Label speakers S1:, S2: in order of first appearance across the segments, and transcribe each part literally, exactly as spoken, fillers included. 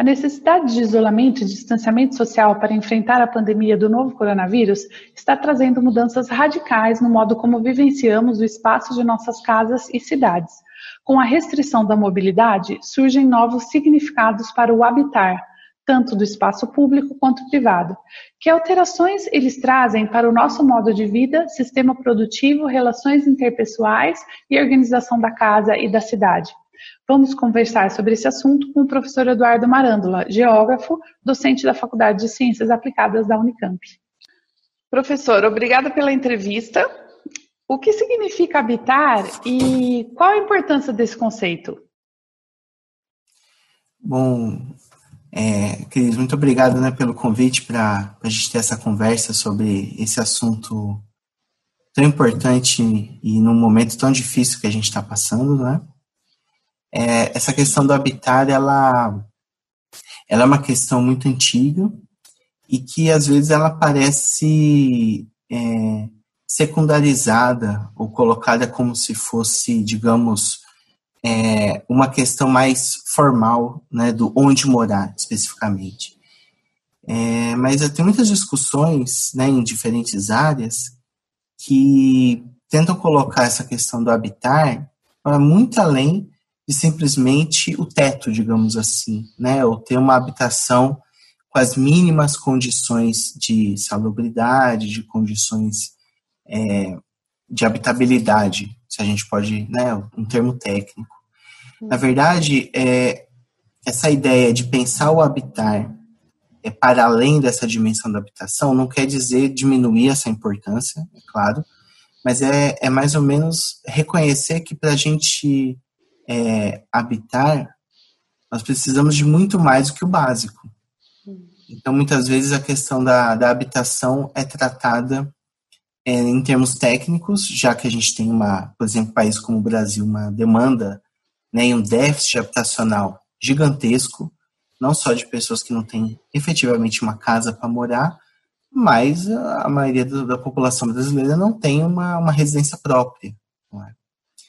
S1: necessidade de isolamento e distanciamento social para enfrentar a pandemia do novo coronavírus está trazendo mudanças radicais no modo como vivenciamos o espaço de nossas casas e cidades. Com a restrição da mobilidade, surgem novos significados para o habitar, tanto do espaço público quanto privado. Que alterações eles trazem para o nosso modo de vida, sistema produtivo, relações interpessoais e organização da casa e da cidade? Vamos conversar sobre esse assunto com o professor Eduardo Marândola, geógrafo, docente da Faculdade de Ciências Aplicadas da Unicamp. Professor, obrigada pela entrevista. O que significa habitar e qual a importância desse conceito?
S2: Bom, é, Cris, muito obrigado, né, pelo convite para a gente ter essa conversa sobre esse assunto tão importante e num momento tão difícil que a gente está passando, né? É, essa questão do habitar, ela, ela é uma questão muito antiga e que às vezes ela parece é, secundarizada ou colocada como se fosse, digamos, é, uma questão mais formal, né, do onde morar especificamente. É, mas tem muitas discussões, né, em diferentes áreas que tentam colocar essa questão do habitar para muito além de simplesmente o teto, digamos assim, né, ou ter uma habitação com as mínimas condições de salubridade, de condições é, de habitabilidade, se a gente pode, né, um termo técnico. Na verdade, é, essa ideia de pensar o habitar é, para além dessa dimensão da habitação não quer dizer diminuir essa importância, é claro, mas é, é mais ou menos reconhecer que para a gente É, habitar, nós precisamos de muito mais do que o básico. Então, muitas vezes, a questão da, da habitação é tratada é, em termos técnicos, já que a gente tem, uma, por exemplo, um país como o Brasil, uma demanda, né, e um déficit habitacional gigantesco, não só de pessoas que não têm efetivamente uma casa para morar, mas a maioria do, da população brasileira não tem uma, uma residência própria, não é?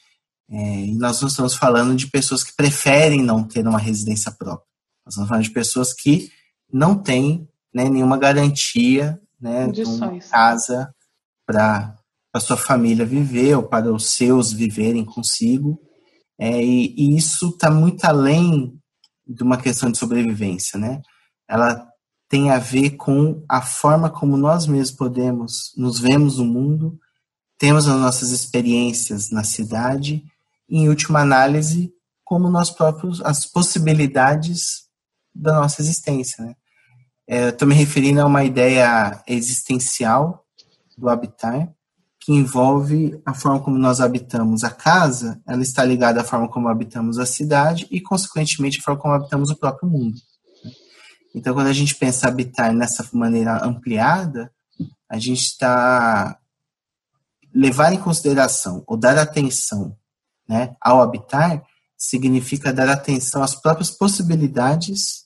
S2: É, e nós não estamos falando de pessoas que preferem não ter uma residência própria. Nós estamos falando de pessoas que não têm, né, nenhuma garantia, né, de uma casa para a sua família viver ou para os seus viverem consigo. É, e, e isso está muito além de uma questão de sobrevivência, né? Ela tem a ver com a forma como nós mesmos podemos, nos vemos no mundo, temos as nossas experiências na cidade, em última análise, como nós próprios, as possibilidades da nossa existência, né? É, estou me referindo a uma ideia existencial do habitar, que envolve a forma como nós habitamos a casa, ela está ligada à forma como habitamos a cidade e, consequentemente, a forma como habitamos o próprio mundo. Então, quando a gente pensa habitar nessa maneira ampliada, a gente está levar em consideração ou dar atenção, né, ao habitar significa dar atenção às próprias possibilidades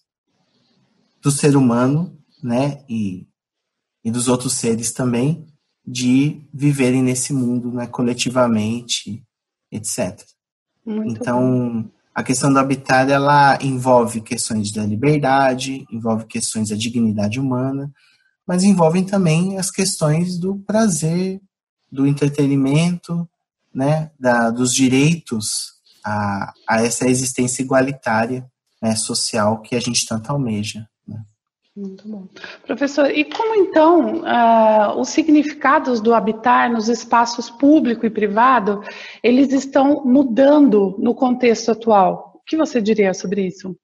S2: do ser humano, né, e, e dos outros seres também, de viverem nesse mundo, né, coletivamente, etcétera. Muito então, bom. A questão do habitar, ela envolve questões da liberdade, envolve questões da dignidade humana, mas envolvem também as questões do prazer, do entretenimento, né, da, dos direitos a, a essa existência igualitária, né, social que a gente tanto almeja. Né?
S1: Muito bom. Professor, e como então uh, os significados do habitar nos espaços público e privado, eles estão mudando no contexto atual? O que você diria sobre isso?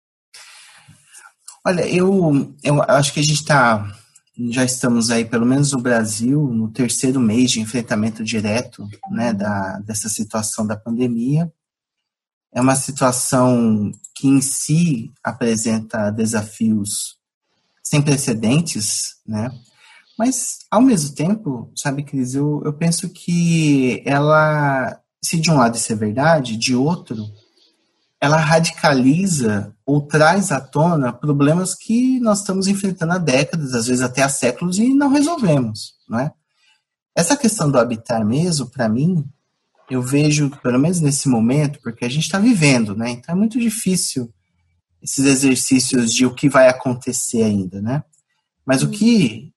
S2: Olha, eu, eu acho que a gente está... Já estamos aí, pelo menos no Brasil, no terceiro mês de enfrentamento direto, né, da, dessa situação da pandemia. É uma situação que em si apresenta desafios sem precedentes, né? Mas, ao mesmo tempo, sabe, Cris, eu, eu penso que ela, se de um lado isso é verdade, de outro, ela radicaliza ou traz à tona problemas que nós estamos enfrentando há décadas, às vezes até há séculos, e não resolvemos, não é? Essa questão do habitar mesmo, para mim, eu vejo, pelo menos nesse momento, porque a gente está vivendo, né? Então é muito difícil esses exercícios de o que vai acontecer ainda, né? Mas o que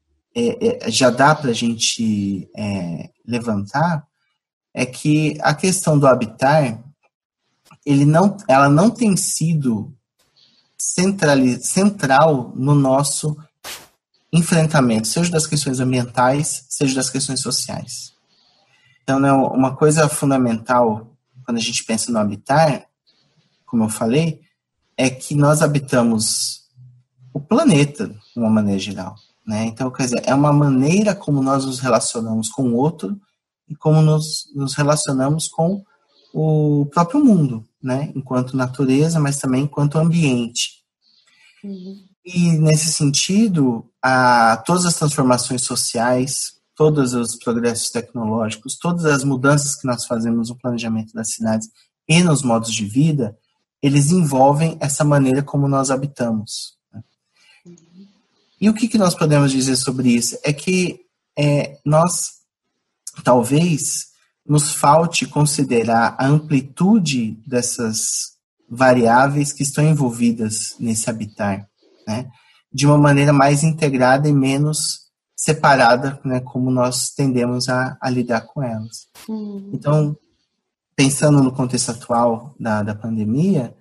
S2: é, é, já dá para a gente é, levantar é que a questão do habitar, ele não, ela não tem sido centrali, central no nosso enfrentamento, seja das questões ambientais, seja das questões sociais. Então, né, uma coisa fundamental quando a gente pensa no habitar, como eu falei, é que nós habitamos o planeta de uma maneira geral, né? Então, quer dizer, é uma maneira como nós nos relacionamos com o outro e como nos, nos relacionamos com o próprio mundo, né? Enquanto natureza, mas também enquanto ambiente. Uhum. E, nesse sentido, a, todas as transformações sociais, todos os progressos tecnológicos, todas as mudanças que nós fazemos no planejamento das cidades e nos modos de vida, eles envolvem essa maneira como nós habitamos. Né? Uhum. E o que, que nós podemos dizer sobre isso? É que é, nós, talvez, nos falte considerar a amplitude dessas variáveis que estão envolvidas nesse habitar, né? De uma maneira mais integrada e menos separada, né, como nós tendemos a, a lidar com elas. Uhum. Então, pensando no contexto atual da, da pandemia,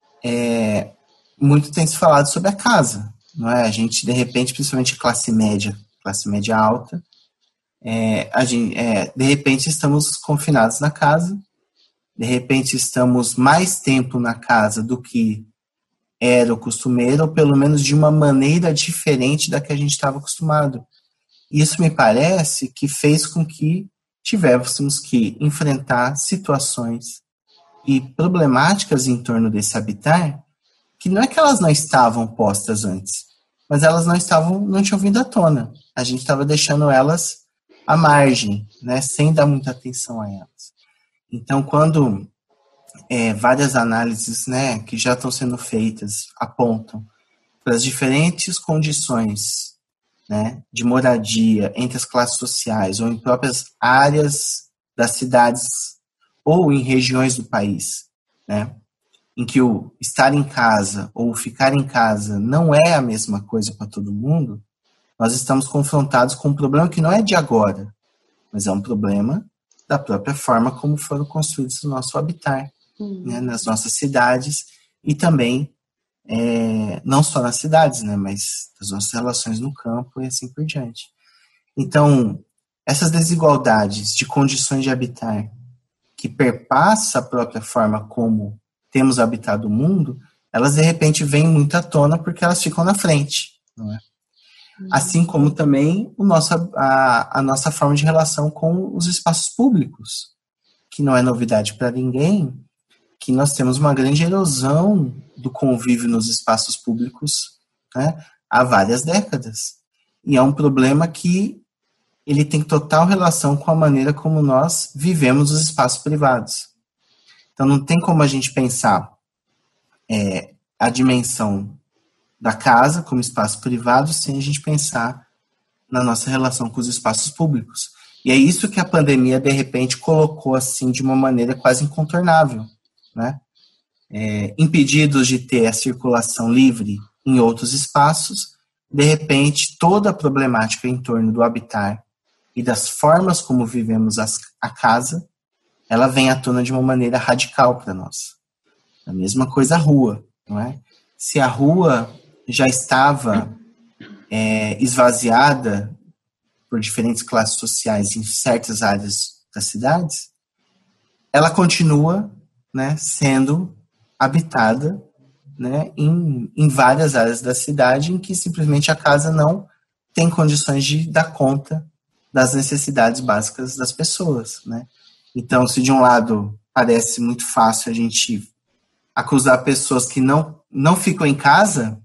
S2: é, muito tem se falado sobre a casa, não é? A gente, de repente, principalmente classe média, classe média alta, é, a gente, é, de repente estamos confinados na casa, de repente estamos mais tempo na casa do que era o costumeiro, ou pelo menos de uma maneira diferente da que a gente estava acostumado. Isso me parece que fez com que tivéssemos que enfrentar situações e problemáticas em torno desse habitar, que não é que elas não estavam postas antes, mas elas não estavam, não tinham vindo à tona. A gente estava deixando elas à margem, né, sem dar muita atenção a elas. Então, quando é, várias análises, né, que já estão sendo feitas apontam para as diferentes condições, né, de moradia entre as classes sociais ou em próprias áreas das cidades ou em regiões do país, né, em que o estar em casa ou ficar em casa não é a mesma coisa para todo mundo, nós estamos confrontados com um problema que não é de agora, mas é um problema da própria forma como foram construídos o nosso habitar, uhum. né, nas nossas cidades e também É, não só nas cidades, né, mas as nossas relações no campo e assim por diante. Então, essas desigualdades de condições de habitar que perpassa a própria forma como temos habitado o mundo, elas de repente vêm muito à tona porque elas ficam na frente, não é? Assim como também o nosso, a, a nossa forma de relação com os espaços públicos, que não é novidade para ninguém, que nós temos uma grande erosão do convívio nos espaços públicos, né, há várias décadas. E é um problema que ele tem total relação com a maneira como nós vivemos os espaços privados. Então, não tem como a gente pensar é, a dimensão da casa como espaço privado sem a gente pensar na nossa relação com os espaços públicos. E é isso que a pandemia, de repente, colocou assim de uma maneira quase incontornável. Né? É, impedidos de ter a circulação livre em outros espaços, de repente toda a problemática em torno do habitar e das formas como vivemos as, a casa, ela vem à tona de uma maneira radical para nós. A mesma coisa a rua, não é? Se a rua já estava é, esvaziada por diferentes classes sociais em certas áreas das cidades, ela continua, né, sendo habitada, né, em, em várias áreas da cidade em que simplesmente a casa não tem condições de dar conta das necessidades básicas das pessoas, né? Então, se de um lado parece muito fácil a gente acusar pessoas que não, não ficam em casa,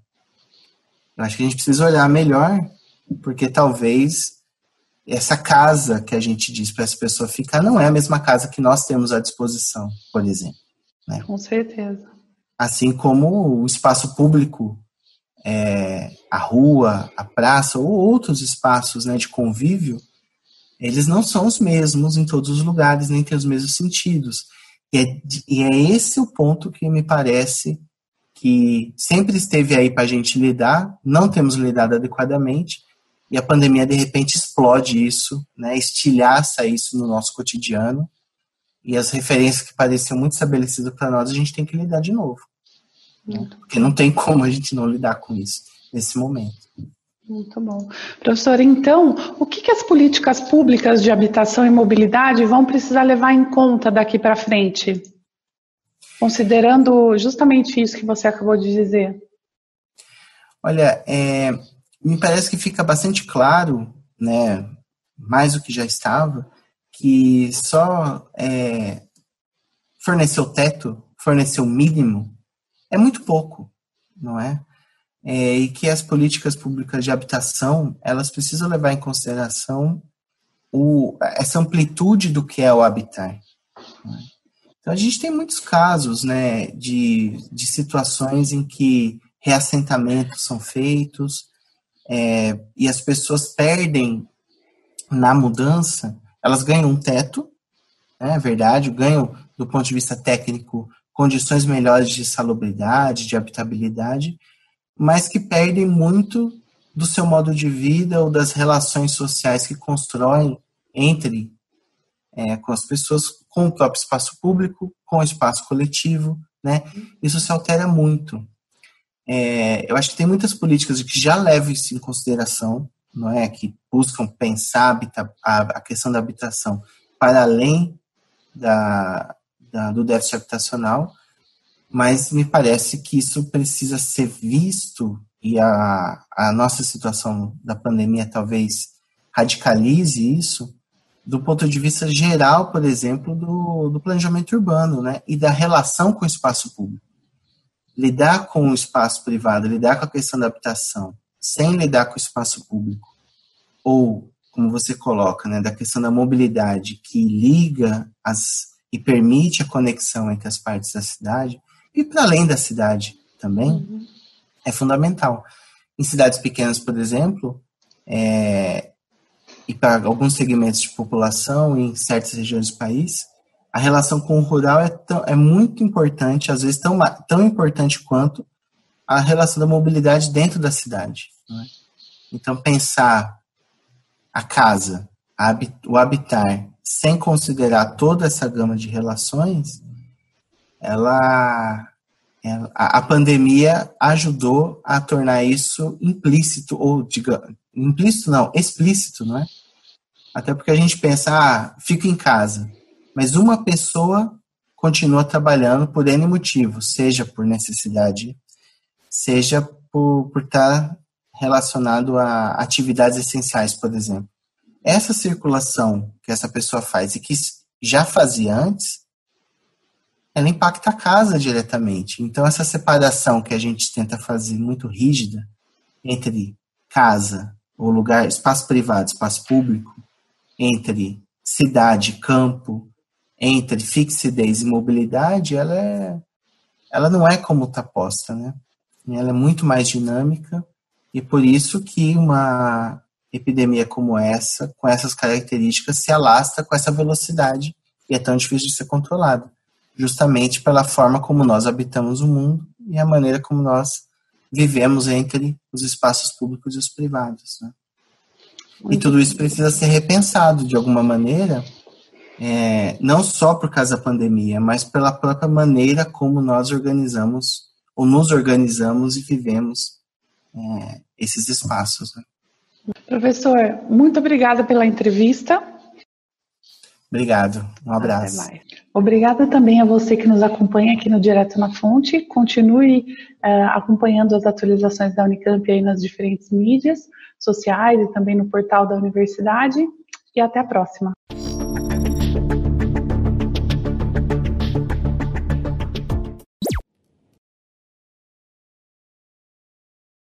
S2: eu acho que a gente precisa olhar melhor, porque talvez essa casa que a gente diz para essa pessoa ficar não é a mesma casa que nós temos à disposição, por exemplo. Né?
S1: Com certeza.
S2: Assim como o espaço público, é, a rua, a praça ou outros espaços, né, de convívio, eles não são os mesmos em todos os lugares, nem têm os mesmos sentidos. E é, e é esse o ponto que me parece que sempre esteve aí para a gente lidar, não temos lidado adequadamente, e a pandemia, de repente, explode isso, né, estilhaça isso no nosso cotidiano, e as referências que pareciam muito estabelecidas para nós, a gente tem que lidar de novo. Né, porque não tem como a gente não lidar com isso nesse momento.
S1: Muito bom. Professor, então, o que, que as políticas públicas de habitação e mobilidade vão precisar levar em conta daqui para frente? Considerando justamente isso que você acabou de dizer.
S2: Olha, é, me parece que fica bastante claro, né, mais do que já estava, que só é, fornecer o teto, fornecer o mínimo, é muito pouco, não é? É, e que as políticas públicas de habitação, elas precisam levar em consideração o, essa amplitude do que é o habitar. Não é? Então, a gente tem muitos casos, né, de, de situações em que reassentamentos são feitos é, e as pessoas perdem na mudança, elas ganham um teto, né, é verdade, ganham, do ponto de vista técnico, condições melhores de salubridade, de habitabilidade, mas que perdem muito do seu modo de vida ou das relações sociais que constroem entre é, com as pessoas, com o próprio espaço público, com o espaço coletivo, né? Isso se altera muito. É, eu acho que tem muitas políticas que já levam isso em consideração, não é? Que buscam pensar a, a questão da habitação para além da, da, do déficit habitacional, mas me parece que isso precisa ser visto e a, a nossa situação da pandemia talvez radicalize isso do ponto de vista geral, por exemplo, do, do planejamento urbano, né, e da relação com o espaço público. Lidar com o espaço privado, lidar com a questão da habitação, sem lidar com o espaço público, ou, como você coloca, né, da questão da mobilidade, que liga as, e permite a conexão entre as partes da cidade, e para além da cidade também, uhum. é fundamental. Em cidades pequenas, por exemplo, é, e para alguns segmentos de população em certas regiões do país, a relação com o rural é, tão, é muito importante, às vezes tão, tão importante quanto a relação da mobilidade dentro da cidade. Né? Então, pensar a casa, a, o habitar, sem considerar toda essa gama de relações, ela, ela, a pandemia ajudou a tornar isso implícito, ou digamos, implícito não, explícito, não é? Até porque a gente pensa, ah, fico em casa, mas uma pessoa continua trabalhando por N motivos, seja por necessidade, seja por, por estar relacionado a atividades essenciais, por exemplo. Essa circulação que essa pessoa faz e que já fazia antes, ela impacta a casa diretamente. Então, essa separação que a gente tenta fazer muito rígida entre casa, ou lugar, espaço privado, espaço público, entre cidade, campo, entre fixidez e mobilidade, ela, é, ela não é como está posta, né? Ela é muito mais dinâmica e por isso que uma epidemia como essa, com essas características, se alastra com essa velocidade e é tão difícil de ser controlada, justamente pela forma como nós habitamos o mundo e a maneira como nós vivemos entre os espaços públicos e os privados, né? E tudo isso precisa ser repensado de alguma maneira, é, não só por causa da pandemia, mas pela própria maneira como nós organizamos, ou nos organizamos e vivemos é, esses espaços. Né?
S1: Professor, muito obrigada pela entrevista.
S2: Obrigado, um abraço.
S1: Até mais. Obrigada também a você que nos acompanha aqui no Direto na Fonte. Continue uh, acompanhando as atualizações da Unicamp aí nas diferentes mídias sociais e também no portal da universidade. E até a próxima.